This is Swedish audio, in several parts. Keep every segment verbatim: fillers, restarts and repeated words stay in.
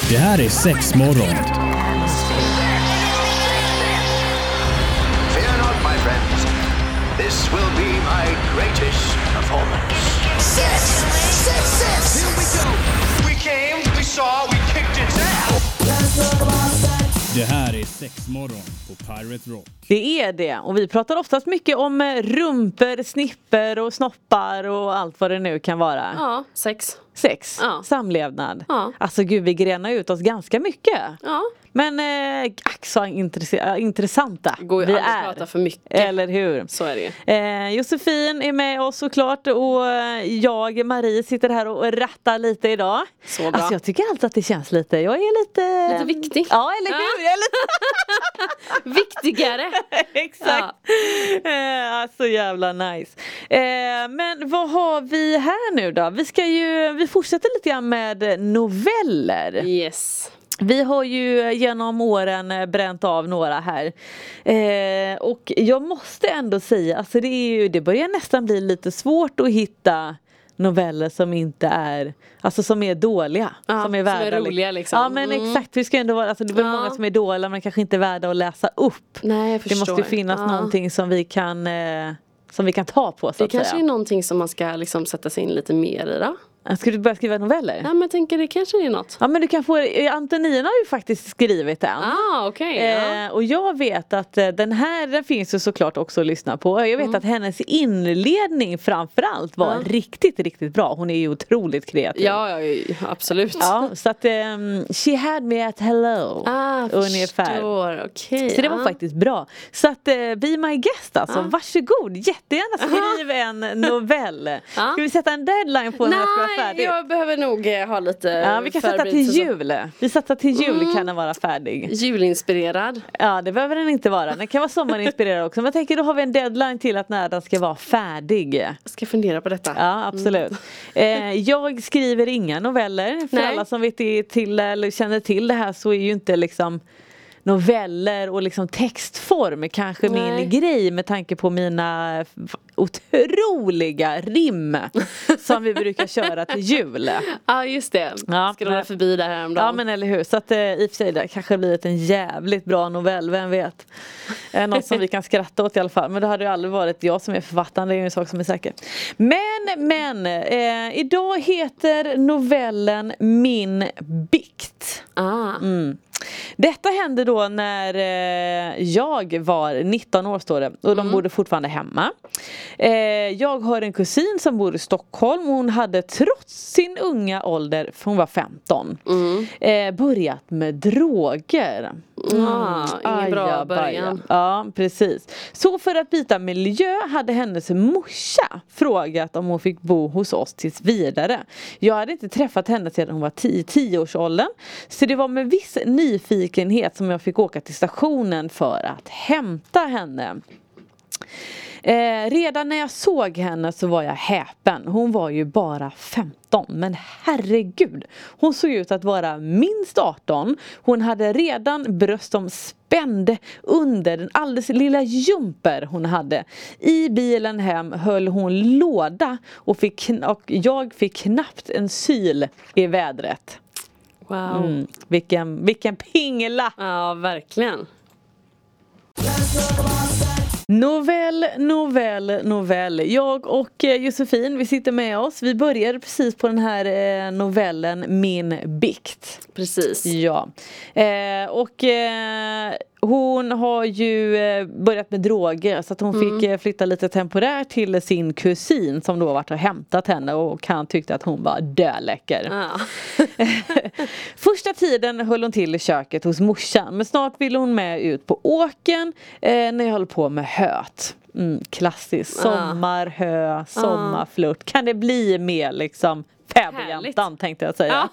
Det här är sex morgon. Fear not, my friends. This will be my greatest performance. Six! Six, six! Here we go. We came, we saw, we kicked its ass. Let's talk about sex. Det här är sex morgon på Pirate Rock. Det är det, och vi pratar oftast mycket om rumper, snipper och snoppar och allt vad det nu kan vara. Ja, sex. Sex, Ja. samlevnad. Ja. Alltså gud, vi grenar ut oss ganska mycket. Ja. Men eh, ack så intresse- intressanta Det går ju vi aldrig är. att prata för mycket. Eller hur? Så är det ju. Eh, Josefin är med oss såklart, och jag, Marie, sitter här och rattar lite idag. Så bra. Alltså jag tycker alltid att det känns lite, jag är lite... Lite viktig. Ja, eller hur? Jag är lite... Viktigare. Exakt. Eh, alltså jävla nice. Eh, men vad har vi här nu då? Vi ska ju, vi fortsätter lite grann med noveller. Yes. Vi har ju genom åren bränt av några här. Eh, och jag måste ändå säga, alltså det är ju, det börjar nästan bli lite svårt att hitta noveller som inte är, alltså som är dåliga, Ja, som är som är värda roliga, liksom. Ja, men Mm. exakt, vi ska ändå vara, alltså det är Ja. många som är dåliga men kanske inte är värda att läsa upp. Nej, jag Det förstår. måste ju finnas Ja. någonting som vi kan eh, som vi kan ta på, så Det att kanske säga. är någonting som man ska liksom sätta sig in lite mer i då. Ska du börja skriva noveller? Ja, men jag tänker det kanske är något. Ja, men du kan få, Antonina har ju faktiskt skrivit en. Ah, okej. ja. Eh, och jag vet att eh, den här, den finns ju såklart också att lyssna på. Jag vet Mm. att hennes inledning framförallt var riktigt, riktigt bra. Hon är ju otroligt kreativ. Ja, ja, ja, absolut. Ja, så att um, she had me at hello. Ah, ungefär. förstår. Okej. Så det var ja. faktiskt bra. Så att uh, be my guest alltså. Ah. Varsågod, jättegärna skriv en novell. Ah. Ska vi sätta en deadline på när den ska vara färdig? Nej, jag behöver nog eh, ha lite Ja, vi kan sätta till jul. Vi sätter till jul Mm. kan den vara färdig. Julinspirerad. Ja, det behöver den inte vara. Den kan vara sommarinspirerad också. Men jag tänker, då har vi en deadline till att när den ska vara färdig. Jag ska fundera på detta. Ja, absolut. Eh, jag skriver inga noveller. För Nej. alla som vet det till eller känner till det här, så är ju inte liksom noveller och liksom textform kanske Nej. min grej, med tanke på mina f- otroliga rim som vi brukar köra till jul. Ja, just det. Ja, Scrolla men- förbi där häromdagen. Ja, men eller hur. Så att eh, i och för sig det kanske blivit en jävligt bra novell, vem vet. Eh, något som vi kan skratta åt i alla fall. Men det hade ju aldrig varit jag som är författaren, det är ju en sak som är säker. Men, men eh, idag heter novellen Min bikt. Ah. Mm. Detta hände då när eh, jag var nitton år, står det. Och de bodde fortfarande hemma. Eh, jag har en kusin som bor i Stockholm. Hon hade trots sin unga ålder, för hon var femton, Mm. eh, börjat med droger. Ah, ingen bra Aja, början. baja. Ja, precis. Så för att byta miljö hade hennes morsa frågat om hon fick bo hos oss tills vidare. Jag hade inte träffat henne sedan hon var tio, tioårsåldern. Så det var med viss nyfikenhet som jag fick åka till stationen för att hämta henne. Eh, redan när jag såg henne så var jag häpen. Hon var ju bara femton, men herregud, hon såg ut att vara minst arton. Hon hade redan bröst som spände under den alldeles lilla jumper hon hade. I bilen hem höll hon låda och, fick, och jag fick knappt en syl i vädret. Wow. Mm, vilken, vilken pingla! Ja, verkligen. Novell, novell, novell. Jag och eh, Josefin, vi sitter med oss. Vi började precis på den här eh, novellen Min bikt. Precis. Ja. Eh, och eh, hon har ju eh, börjat med droger, så att hon Mm. fick eh, flytta lite temporärt till sin kusin som då varit och hämtat henne, och han tyckte att hon var döläcker. Ja. Första tiden höll hon till i köket hos morsan, men snart ville hon med ut på åken eh, när jag höll på med höet. Mm, klassiskt. Sommar, hö, sommarflört. Kan det bli mer liksom fäbodjäntan, tänkte jag säga.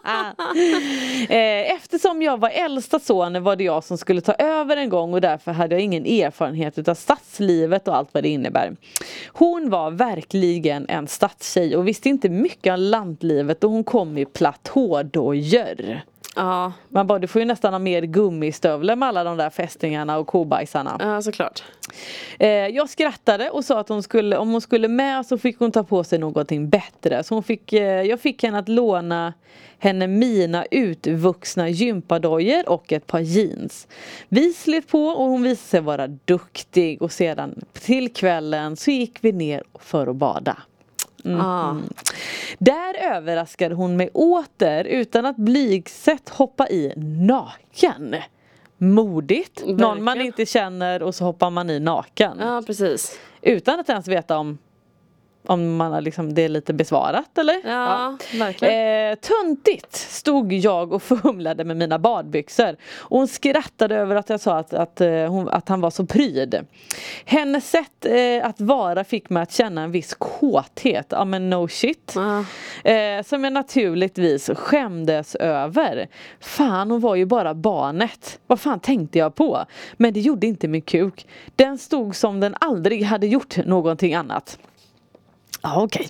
Eh, Eftersom jag var äldsta son var det jag som skulle ta över en gång, och därför hade jag ingen erfarenhet av stadslivet och allt vad det innebär. Hon var verkligen en stadstjej och visste inte mycket om lantlivet, och hon kom i platådojor. Ja, Man bara, du får ju nästan ha mer gummistövlar med alla de där fästingarna och kobajsarna. ja såklart. Eh, jag skrattade och sa att hon skulle, om hon skulle med så fick hon ta på sig någonting bättre. Så hon fick, eh, jag fick henne att låna henne mina utvuxna gympadojor och ett par jeans. Vi slet på och hon visade sig vara duktig. Och sedan till kvällen så gick vi ner för att bada. Mm. Ah. Där överraskade hon mig åter utan att blygsätt hoppa i naken. Modigt. Verkligen. Någon man inte känner och så hoppar man i naken. Ja, precis. Utan att ens veta om Om man har liksom, det är lite besvarat eller? Ja, verkligen. Eh, töntigt stod jag och fumlade med mina badbyxor. Och hon skrattade över att jag sa att, att, eh, hon, att han var så pryd. Hennes sätt eh, att vara fick mig att känna en viss kåthet. Ja men no shit. Ja. Eh, som jag naturligtvis skämdes över. Fan, hon var ju bara barnet. Vad fan tänkte jag på? Men det gjorde inte min kuk. Den stod som den aldrig hade gjort någonting annat. Ja, okej.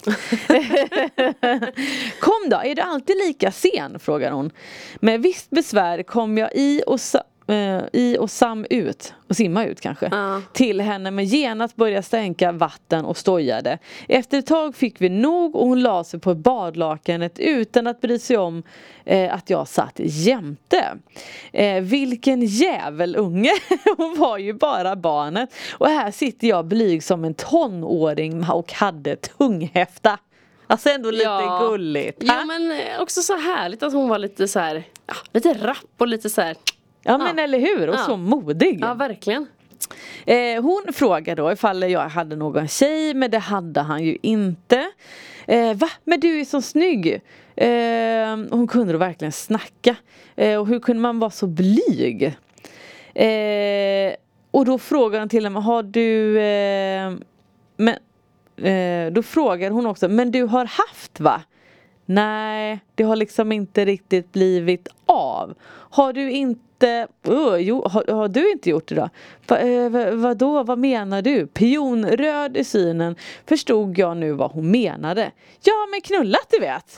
Kom då, är du alltid lika sen? Frågar hon. Med visst besvär kom jag i och, sa, eh, i och sam ut. Och simma ut kanske. Ja. Till henne med genast började stänka vatten och stojade. Efter ett tag fick vi nog och hon la sig på badlakanet utan att bry sig om eh, att jag satt jämte. Eh, vilken jävelunge. Hon var ju bara barnet. Och här sitter jag blyg som en tonåring och hade tunghäfta. Alltså ändå lite Ja. gulligt. Ja, Ha? men också så härligt att hon var lite så här, ja, lite rapp och lite så här. Ja men eller hur, och Ja. så modig. Ja, verkligen. Eh, hon frågade då ifall jag hade någon tjej, men det hade han ju inte. Eh, va? Men du är så snygg. Eh, hon kunde då verkligen snacka. Eh, och hur kunde man vara så blyg? Eh, och då frågade hon till henne, har du... Eh, men, eh, då frågade hon också, men du har haft va? Nej, det har liksom inte riktigt blivit av. Har du inte... Uh, jo, har, har du inte gjort det då? Va, eh, va, vadå, vad menar du? Pionröd i synen förstod jag nu vad hon menade. Ja, men knullat du vet.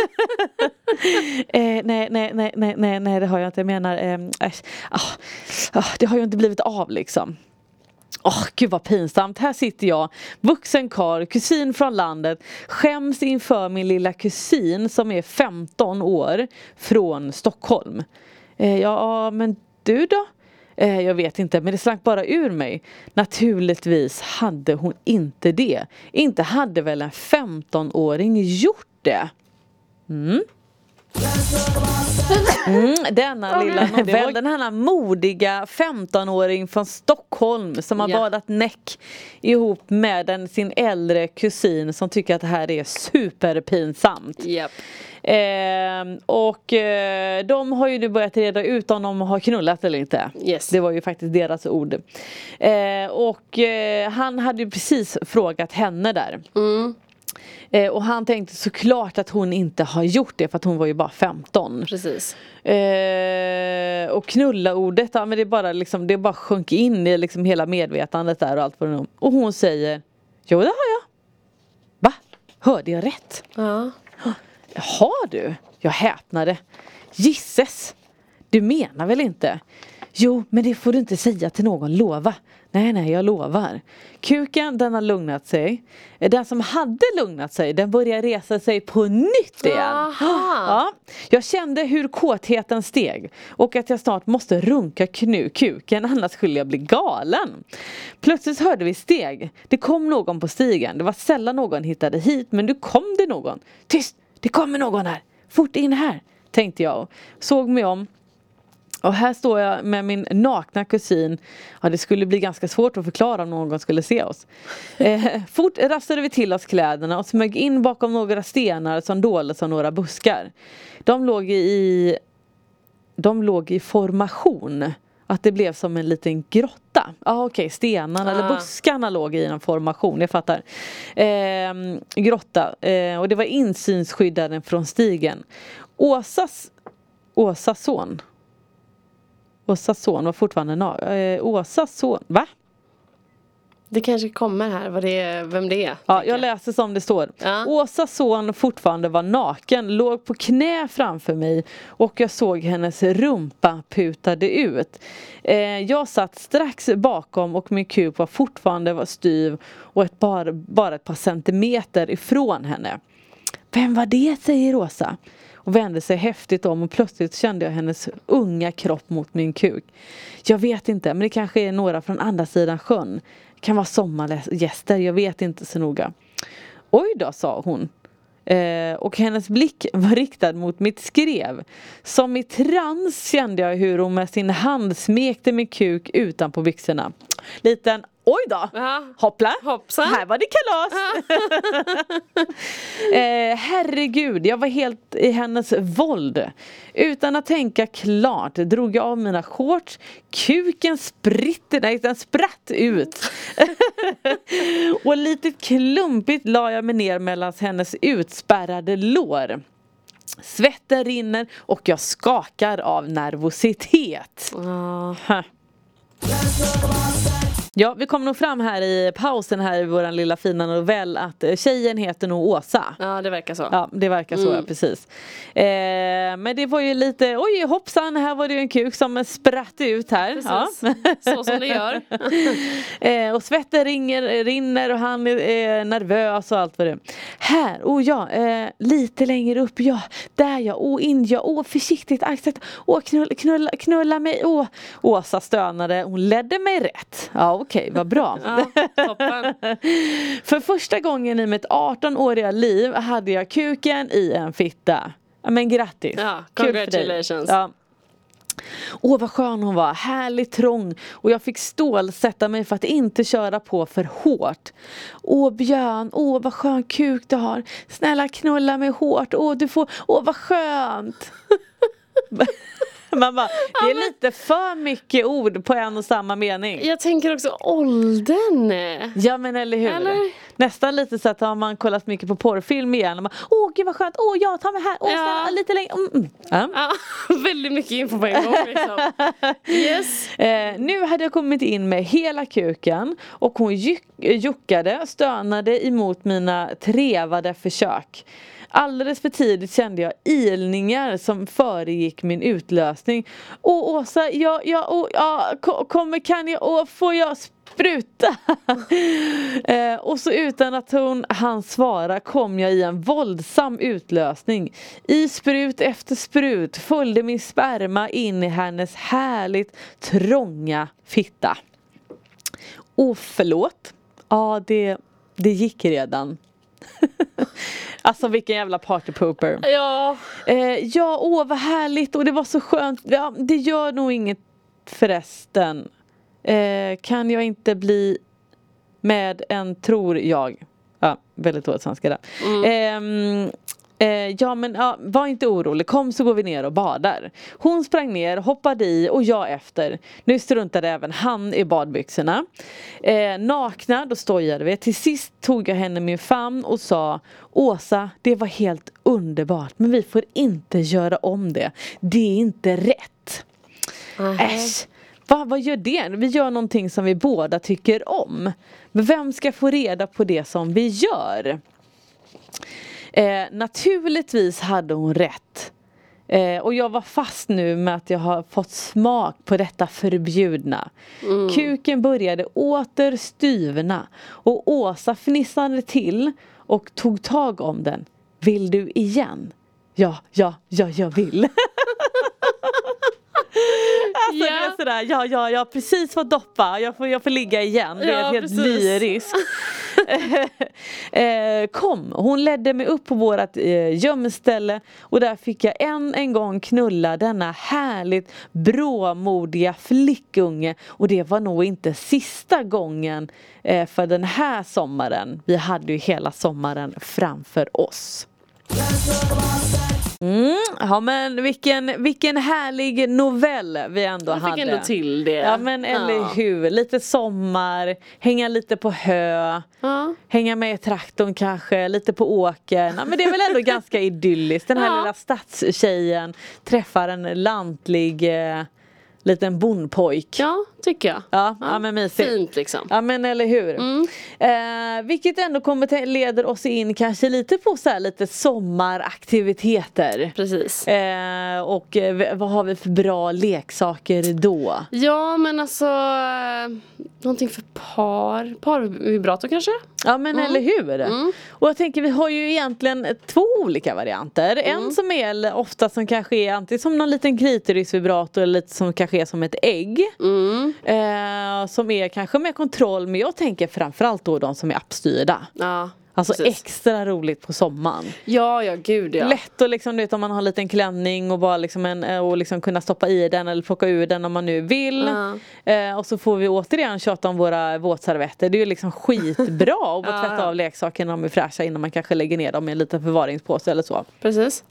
eh, nej, nej, nej, nej, nej, nej, det har jag inte. Jag menar, eh, äh, ah, ah, det har ju inte blivit av liksom. Åh, oh, gud vad pinsamt. Här sitter jag, vuxen karl, kusin från landet, skäms inför min lilla kusin som är femton år från Stockholm. Eh, ja, men du då? Eh, jag vet inte, men det slank bara ur mig. Naturligtvis hade hon inte det. Inte hade väl en femtonåring gjort det? Mm. Mm, denna Oh, lilla nej, det novell, var- den här modiga femtonåring från Stockholm som har Ja. badat näck ihop med en, sin äldre kusin som tycker att det här är superpinsamt. Japp. Eh, och eh, de har ju nu börjat reda ut om de har knullat eller inte. Yes. Det var ju faktiskt deras ord. Eh, och eh, han hade ju precis frågat henne där. Mm, Eh, och han tänkte såklart att hon inte har gjort det för att hon var ju bara femton. precis. Eh, och knulla ordet, ja, men det är bara liksom, det bara sjönk in i liksom hela medvetandet där och allt på den. Och hon säger, jo det har jag. Va? Hörde jag rätt? Ja. Har du? Jag häpnade. Gisses. Du menar väl inte? Jo, men det får du inte säga till någon, lova. Nej, nej, jag lovar. Kuken, den har lugnat sig. Den som hade lugnat sig, den börjar resa sig på nytt igen. Aha. Ja, jag kände hur kåtheten steg. Och att jag snart måste runka knu kuken, annars skulle jag bli galen. Plötsligt hörde vi steg. Det kom någon på stigen. Det var sällan någon hittade hit, men nu kom det någon. Tyst, det kommer någon här. Fort in här, tänkte jag. Såg mig om. Och här står jag med min nakna kusin. Ja, det skulle bli ganska svårt att förklara om någon skulle se oss. Eh, fort rastade vi till oss kläderna och smög in bakom några stenar som doldes av några buskar. De låg i, de låg i formation. Att det blev som en liten grotta. Ja, ah, okej, okay. Stenarna Ah. eller buskarna låg i en formation, jag fattar. Eh, grotta. Eh, och det var insynsskyddaren från stigen. Åsas, Åsas son. Åsas son var fortfarande na- eh, Åsas son, va? Det kanske kommer här vad det är, vem det är. Ja, jag läser som det står. Ja. Åsas son fortfarande var naken, låg på knä framför mig och jag såg hennes rumpa putade ut. Eh, jag satt strax bakom och min kuk var fortfarande var styv och ett bara, bara ett par centimeter ifrån henne. Vem var det, säger Åsa. Och vände sig häftigt om och plötsligt kände jag hennes unga kropp mot min kuk. Jag vet inte, men det kanske är några från andra sidan sjön. Det kan vara sommargäster, jag vet inte så noga. Oj då, sa hon. Eh, och hennes blick var riktad mot mitt skrev. Som i trans kände jag hur hon med sin hand smekte min kuk utanpå byxorna. Liten, oj då, Ja. hoppla, Hoppsan. här var det kalas. eh, herregud, jag var helt i hennes våld. Utan att tänka klart drog jag av mina shorts. Kuken spritte, nej den spratt ut. Och lite klumpigt la jag mig ner mellan hennes utspärrade lår. Svetten rinner och jag skakar av nervositet. Ja. Ja, vi kom nog fram här i pausen här i våran lilla fina novell att tjejen heter nog Åsa. Ja, det verkar så. Ja, det verkar så, Mm. ja, precis. Eh, men det var ju lite, oj hoppsan, här var det ju en kuk som spratt ut här. Precis. Ja. Så som det gör. eh, och svetten ringer, rinner och han är eh, nervös och allt vad det är. Här, oh ja, eh, lite längre upp, ja, där ja, oh in ja, oh försiktigt, axet, oh knulla, knulla, knulla mig, oh. Åsa stönade, hon ledde mig rätt. Ja, okej, okay, vad bra. Ja, toppen. För första gången i mitt arton-åriga liv hade jag kuken i en fitta. Ja, men grattis. Ja, Kul för dig. congratulations. Ja. Åh, vad skön hon var. Härligt trång. Och jag fick stålsätta mig för att inte köra på för hårt. Åh, Björn. Åh, vad skön kuk du har. Snälla knulla mig hårt. Åh, du får... Åh, vad skönt. Man bara, det är lite för mycket ord på en och samma mening. Jag tänker också åldern. Ja, men eller hur? Eller? Nästan lite så att har man kollat mycket på porrfilm igen och man, åh gud vad skönt, åh jag tar mig här, åh Ja. snälla, lite längre. Mm, mm. Ja. Ja, väldigt mycket info på en gång liksom. Yes. Eh, nu hade jag kommit in med hela kuken och hon juck, juckade, stönade emot mina trevade försök. Alldeles för tidigt kände jag ilningar som föregick min utlösning. Åh Åsa, ja, ja, åh, ja kommer, kan jag, åh, får jag spruta? eh, och så utan att hon hann svara kom jag i en våldsam utlösning. I sprut efter sprut följde min sperma in i hennes härligt trånga fitta. Åh, förlåt. Ja, det, det gick redan. Alltså vilken jävla partypooper. Ja. eh, Ja, åh vad härligt. Och det var så skönt. Ja, det gör nog inget förresten. eh, Kan jag inte bli med en, tror jag. Ja, väldigt dåligt svenska där. mm. eh, eh, Ja men ja, var inte orolig. Kom så går vi ner och badar. Hon sprang ner, hoppade i och jag efter. Nu struntade även han i badbyxorna. eh, Nakna, då stojade vi. Till sist tog jag henne i min famn och sa: Åsa, det var helt underbart, men vi får inte göra om det. Det är inte rätt. Uh-huh. Äsch, Va, vad gör det? Vi gör någonting som vi båda tycker om. Men vem ska få reda på det som vi gör? Eh, naturligtvis hade hon rätt. Eh, och jag var fast nu med att jag har fått smak på detta förbjudna. Mm. Kuken började åter styvna. Och Åsa fnissade till och tog tag om den. Vill du igen? Ja, ja, ja, jag vill. Alltså Ja. det är sådär, ja, ja, jag har precis fått doppa. Jag får, jag får ligga igen. Det är Ja, helt precis. lyriskt. eh, kom, hon ledde mig upp på vårat eh, gömställe. Och där fick jag än en gång knulla denna härligt bråmodiga flickunge. Och det var nog inte sista gången eh, för den här sommaren. Vi hade ju hela sommaren framför oss. Mm, ja men vilken, vilken härlig novell vi ändå Jag fick hade. ändå till det. Ja men eller Ja. hur, lite sommar, hänga lite på hö, Ja. hänga med i traktorn kanske, lite på åkern. Ja men det är väl ändå ganska idylliskt. Den här Ja. lilla stadstjejen träffar en lantlig eh, liten bondpojk. Ja, tycker jag. Ja, ja, men mysigt. Fint liksom. Ja, men eller hur. Mm. Eh, vilket ändå kommer till, leder oss in kanske lite på så här lite sommaraktiviteter. Precis. Eh, och eh, vad har vi för bra leksaker då? Ja, men alltså eh, någonting för par. Parvibrator kanske? Ja, men Mm. eller hur? Mm. Och jag tänker vi har ju egentligen två olika varianter. Mm. En som är ofta som kanske är antingen som någon liten klitorisvibrator eller lite som kanske är som ett ägg. Mm. Eh, som är kanske med kontroll, men jag tänker framförallt då de som är appstyrda. Ja. Alltså Precis. extra roligt på sommaren. Ja, ja, gud ja. Lätt att liksom, du vet, om man har en liten klänning och bara liksom en, och liksom kunna stoppa i den eller plocka ur den om man nu vill. Ja. Eh, och så får vi återigen tjata om våra våtservetter. Det är ju liksom skitbra att Ja, tvätta ja. av leksaker när de är fräscha innan man kanske lägger ner dem i en liten förvaringspåse eller så. Precis.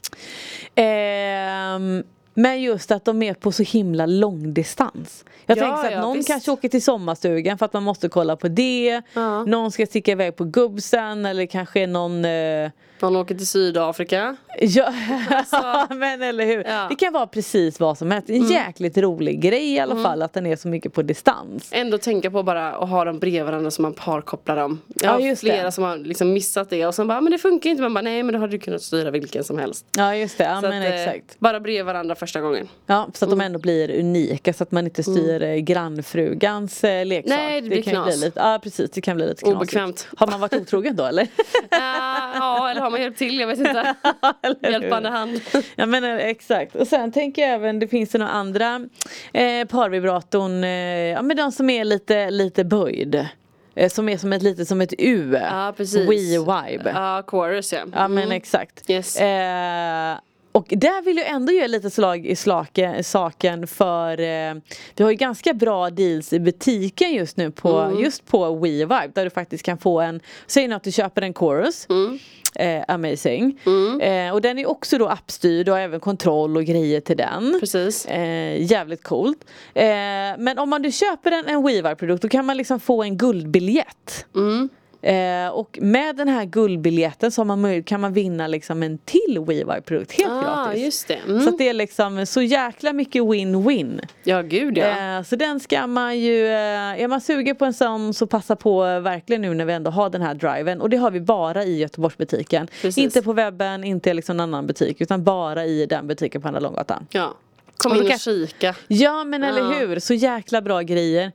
Ehm, men just att de är på så himla lång distans. Jag Ja, tänker så att ja, någon visst. kanske åker till sommarstugan för att man måste kolla på det. Ja. Någon ska sticka iväg på gubbsen eller kanske någon... Eh, Någon åker till Sydafrika. Ja, Alltså, men eller hur. ja. Det kan vara precis vad som helst. En jäkligt rolig grej i alla fall att den är så mycket på distans. Ändå tänka på bara att ha dem bredvid varandra som man parkopplar dem. Jag Ja, har just flera det. som har liksom missat det och sen bara, men det funkar inte. Man bara, nej men då hade du kunnat styra vilken som helst. Ja, just det. Ja, Så men att, eh, exakt. bara bredvid varandra första gången. Ja, så att de ändå blir unika så att man inte styr mm. grannfrugans eh, leksak. Nej, det blir kan ju knas. bli lite, ja, precis. Det kan bli lite knasigt. Obekvämt. Har man varit otrogen då, eller? Ja, ja, eller har man hjälpt till? Jag vet inte. Eller Hjälpande hur? hand. Ja, men eh, exakt. Och sen tänker jag även, det finns ju några andra eh, parvibratorn, eh, ja men de som är lite, lite böjd. Eh, som är som ett, lite som ett U. Ja, precis. We-vibe. Ja, chorus ja. Ja, men Mm. exakt. Yes. Eh, och där vill jag ändå göra lite slag i slake, saken för eh, vi har ju ganska bra deals i butiken just nu på, Mm. just på We-vibe där du faktiskt kan få en, säg nu att du köper en chorus. Mm. Eh, amazing. Mm. Eh, och den är också då appstyrd och även kontroll och grejer till den. Precis. Eh, jävligt coolt. Eh, men om man du köper en, en We-vibe-produkt då kan man liksom få en guldbiljett. Mm. Eh, och med den här guldbiljetten så har man möjlighet, kan man vinna liksom en till We-vibe-produkt helt Ah, gratis. just det. Mm. Så att det är liksom så jäkla mycket win-win. Ja, gud ja. Eh, så den ska man ju, eh, är man sugen på en sån så passa på eh, verkligen nu när vi ändå har den här driven. Och det har vi bara i Göteborgsbutiken. Precis. Inte på webben, inte liksom någon annan butik utan bara i den butiken på Andra Långgatan. Ja. Kom Och in då och kan- kika. Ja, men eller Ja. hur, så jäkla bra grejer.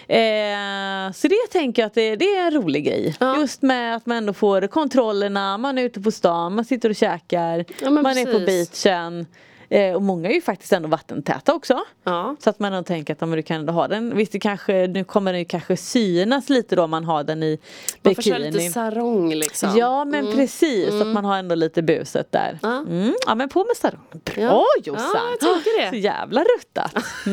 eh, Så det tänker jag att det, det är en rolig grej. Ja. Just med att man ändå får kontrollerna. Man är ute på stan, man sitter och käkar. Ja, men man är på precis. beachen. eh, Och många är ju faktiskt ändå vattentäta också. Ja. Så att man ändå tänker att ja, men du kan ändå ha den. Visst det kanske, nu kommer den ju kanske synas lite då om man har den i Man får köra bikini. lite sarong liksom. Ja, men precis, att man har ändå lite buset där. Ja. Mm, ja, men på med sarong. Bra, Ja. Jossan. Ja, jag tänker det. Så jävla ruttat.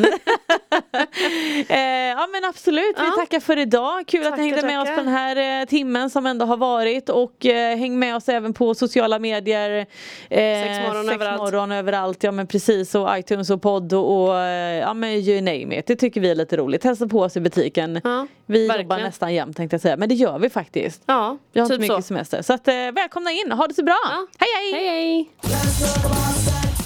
eh, ja, men absolut. Vi Ja. tackar för idag. Kul att Tackar, ni hängde med oss tackar. på den här eh, timmen som ändå har varit. Och eh, häng med oss även på sociala medier. Eh, Sex morgon överallt. morgon överallt. Ja, men precis. Och iTunes och podd och, och eh, ja, men you name it. Det tycker vi är lite roligt. Hälsa på oss i butiken. Ja, vi verkligen. jobbar nästan jämt tänkte jag säga. Men det gör vi faktiskt. Ja, Jag har typ inte mycket så. semester. Så att, eh, välkomna in. Ha det så bra. Ja. Hej hej! Hej hej! Let's talk about sex.